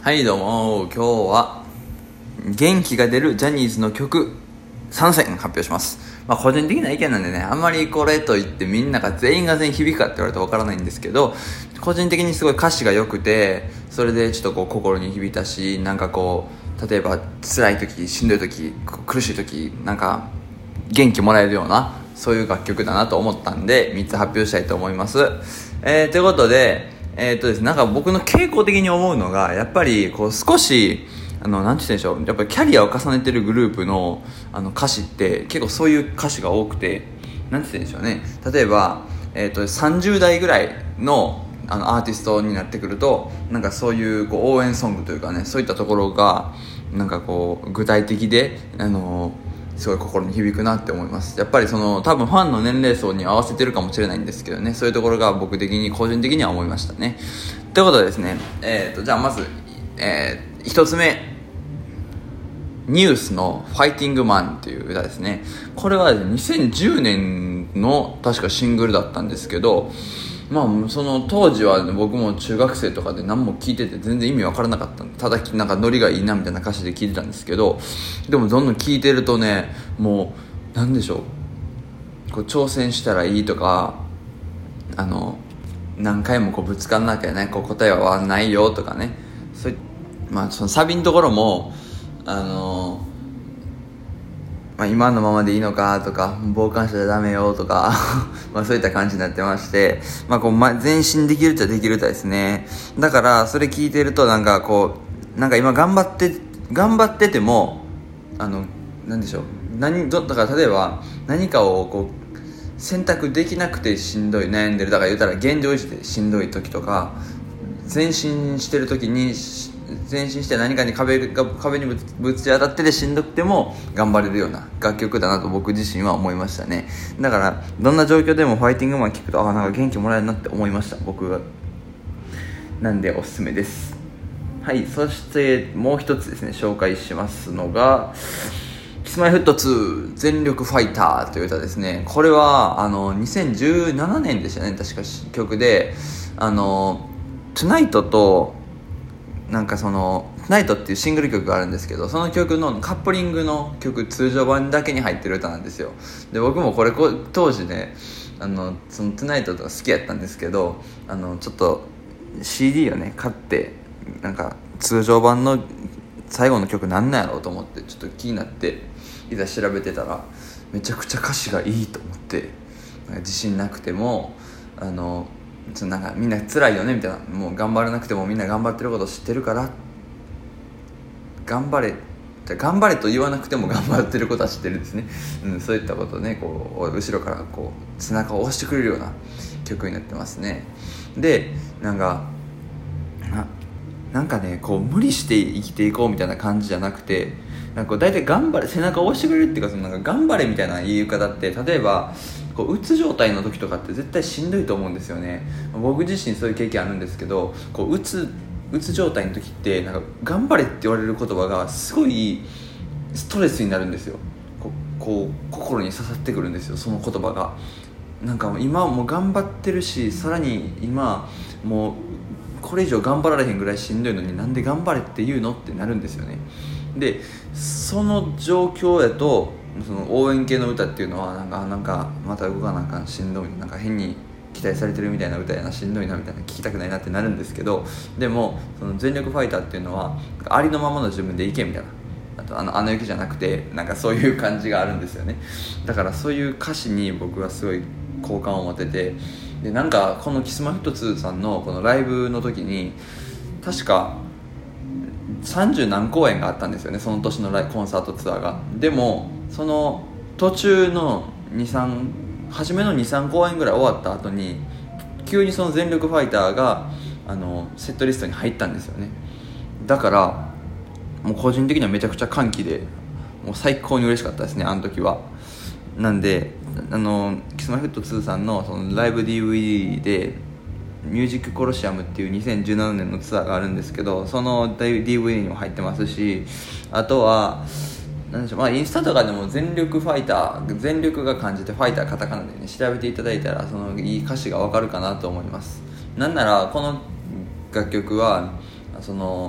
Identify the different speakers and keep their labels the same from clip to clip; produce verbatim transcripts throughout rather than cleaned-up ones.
Speaker 1: はいどうも、今日は元気が出るジャニーズの曲さんせん発表します。まあ個人的な意見なんでね、あんまりこれと言ってみんなが全員が全員響くかって言われたらわからないんですけど、個人的にすごい歌詞が良くて、それでちょっとこう心に響いたし、なんかこう例えば辛い時、しんどい時、苦しい時、なんか元気もらえるようなそういう楽曲だなと思ったんでみっつ発表したいと思います。えー、ということでえーっとですね、なんか僕の傾向的に思うのがやっぱりこう少しあのなんて言うんでしょう、やっぱりキャリアを重ねてるグループのあの歌詞って結構そういう歌詞が多くて、なんて言うんでしょうね、例えば、えーっとさんじゅう代ぐらいのあのアーティストになってくるとなんかそういうこう応援ソングというかね、そういったところがなんかこう具体的であのすごい心に響くなって思います。やっぱりその多分ファンの年齢層に合わせてるかもしれないんですけどね、そういうところが僕的に個人的には思いましたね。ということでですね、えー、とじゃあまず、えー、ひとつめ、ニュースのファイティングマンっていう歌ですね。これはにせんじゅうねんの確かシングルだったんですけど、まあその当時は、ね、僕も中学生とかで何も聞いてて全然意味わからなかったんで、ただなんかノリがいいなみたいな歌詞で聞いてたんですけど、でもどんどん聞いてるとね、もうなんでしょう、こう挑戦したらいいとか、あの何回もこうぶつかんなきゃね、こう答えはないよとかね、そういまあそのサビのところもあのまあ、今のままでいいのかとか、傍観者じゃダメよとかまあそういった感じになってまして、まあこう、ま、前進できるっちゃできる歌ですね。だからそれ聞いてるとなんかこうなんか今頑張って頑張っててもあのなんでしょう、何どだから例えば何かをこう選択できなくてしんどい、悩んでる、だから言ったら現状維持でしんどい時とか、前進してる時に前進して何かに壁が壁にぶつぶち当たっててしんどくても頑張れるような楽曲だなと僕自身は思いましたね。だからどんな状況でもファイティングマン聴くと、あ、なんか元気もらえるなって思いました、僕は。なんでおすすめです。はい、そしてもう一つですね、紹介しますのがキスマイフットツー全力ファイターという歌ですね。これはあのにせんじゅうななねんでしたね、確か曲で、あのトゥナイトとなんかその「ナイト」っていうシングル曲があるんですけど、その曲のカップリングの曲、通常版だけに入ってる歌なんですよ。で僕もこれこ当時ね、あのその「トゥナイト」とか好きやったんですけど、あのちょっと シーディー をね買って、なんか通常版の最後の曲なんなんやろうと思ってちょっと気になって、いざ調べてたらめちゃくちゃ歌詞がいいと思って、なんか自信なくてもあのなんかみんな辛いよねみたいな、もう頑張らなくてもみんな頑張ってること知ってるから頑張れ頑張れと言わなくても頑張ってることは知ってるんですね、うん、そういったことをね、こう後ろからこう背中を押してくれるような曲になってますね。でなんかななんかね、こう無理して生きていこうみたいな感じじゃなくて、なんかこう大体頑張れ、背中を押してくれるっていうか、そのなんか頑張れみたいな言い方って、例えばこううつ状態の時とかって絶対しんどいと思うんですよね。僕自身そういう経験あるんですけど、こううつうつ状態の時ってなんか頑張れって言われる言葉がすごいストレスになるんですよ。こう、こう心に刺さってくるんですよ、その言葉が。なんか今はもう頑張ってるし、さらに今もうこれ以上頑張られへんぐらいしんどいのになんで頑張れって言うのってなるんですよね。でその状況やとその応援系の歌っていうのはなんかなんかまた動かなあかん、しんどい、なんか変に期待されてるみたいな歌やな、しんどいなみたいな、聞きたくないなってなるんですけど、でもその全力ファイターっていうのはありのままの自分でいけみたいな、あとあのあの雪じゃなくて、なんかそういう感じがあるんですよね。だからそういう歌詞に僕はすごい好感を持てて、でなんかこのキスマイフットツーさんのこのライブの時に確かさんじゅう何公演があったんですよね、その年のライコンサートツアーが。でもその途中のにさん初めの にさん公演ぐらい終わった後に急にその全力ファイターがあのセットリストに入ったんですよね。だからもう個人的にはめちゃくちゃ歓喜で、もう最高に嬉しかったですね、あの時は。なんであのキスマイフットツーさん の, そのライブ ディーブイディー でミュージックコロシアムっていうにせんじゅうななねんのツアーがあるんですけど、その ディーブイディー にも入ってますし、あとはなんでしょう、まあ、インスタとかでも全力ファイター、全力が漢字でファイターカタカナでね調べていただいたらそのいい歌詞がわかるかなと思います。なんならこの楽曲はその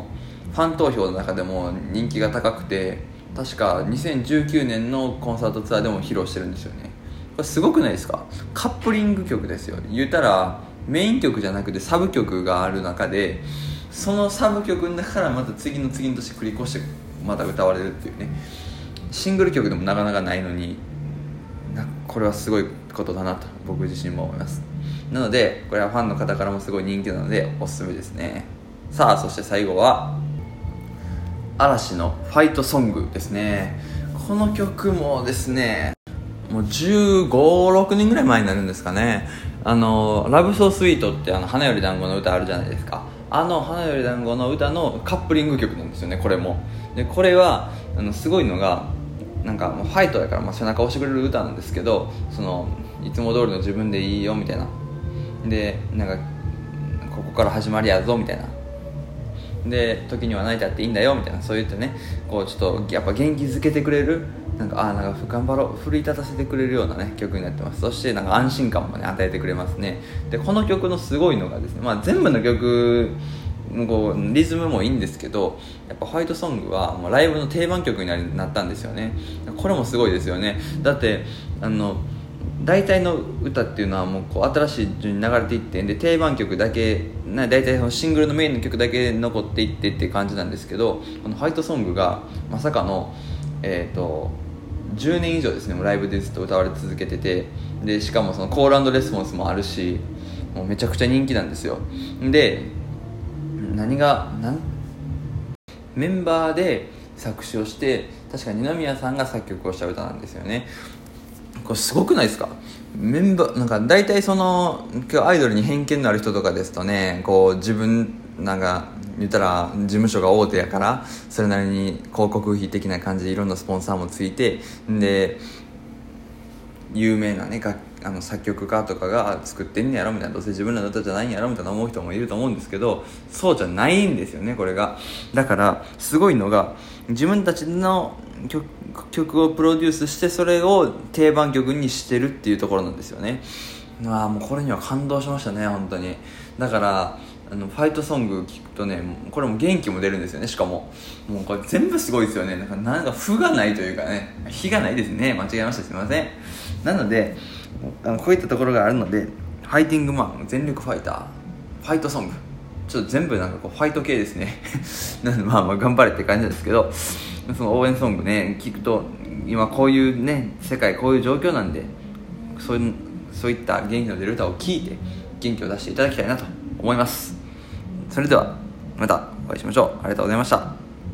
Speaker 1: ファン投票の中でも人気が高くて、確かにせんじゅうきゅうねんのコンサートツアーでも披露してるんですよね。これすごくないですか？カップリング曲ですよ。言ったらメイン曲じゃなくてサブ曲がある中で、そのサブ曲の中からまた次の次の年繰り越してまた歌われるっていうね、シングル曲でもなかなかないのに、なこれはすごいことだなと僕自身も思います。なのでこれはファンの方からもすごい人気なのでおすすめですね。さあ、そして最後は嵐のファイトソングですね。この曲もですね、もうじゅうご、ろくねんぐらい前になるんですかね。あのラブソースイートってあの花より団子の歌あるじゃないですか。あの花より団子の歌のカップリング曲なんですよね、これも。でこれはあのすごいのが、なんかもうファイトだから、まあ、背中を押してくれる歌なんですけど、そのいつも通りの自分でいいよみたいな、でなんかここから始まりやぞみたいな、で時には泣いたっていいんだよみたいな、そういったね、こうちょっとやっぱ元気づけてくれる、なんかあなんか頑張ろう、奮い立たせてくれるようなね曲になってます。そしてなんか安心感もね与えてくれますね。でこの曲のすごいのがですね、まあ全部の曲こうリズムもいいんですけど、やっぱファイトソングはもうライブの定番曲になりなったんですよね。これもすごいですよね。だってあの大体の歌っていうのはもうこう新しい順に流れていって、で定番曲だけな、大体そのシングルのメインの曲だけ残っていってっていう感じなんですけど、このファイトソングがまさかの、えー、とじゅうねん以上ですね、もうライブでずっと歌われ続けてて、でしかもそのコール&レスポンスもあるし、もうめちゃくちゃ人気なんですよ。で何がなんメンバーで作詞をして、確か二宮さんが作曲をした歌なんですよね。これすごくないですか？メンバーなんか大体そのアイドルに偏見のある人とかですとね、こう自分なんか言ったら事務所が大手やからそれなりに広告費的な感じでいろんなスポンサーもついて、で有名なねあの作曲家とかが作ってんねやろみたいな、どうせ自分らの歌じゃないんやろみたいな思う人もいると思うんですけど、そうじゃないんですよね、これが。だからすごいのが、自分たちの 曲, 曲をプロデュースして、それを定番曲にしてるっていうところなんですよね。ああもうこれには感動しましたね、本当に。だからあのファイトソング聞くとね、これも元気も出るんですよね。しかももうこれ全部すごいですよね。なんかなんか負がないというかね、火がないですね。間違えました、すみません。なのであのこういったところがあるので、ファイティングマン、全力ファイター、ファイトソング、ちょっと全部なんかこうファイト系ですねなのでまあまあ頑張れって感じなんですけど、その応援ソングね聞くと、今こういうね世界こういう状況なんで、そういうそういった元気の出る歌を聴いて元気を出していただきたいなと思います。それではまたお会いしましょう。ありがとうございました。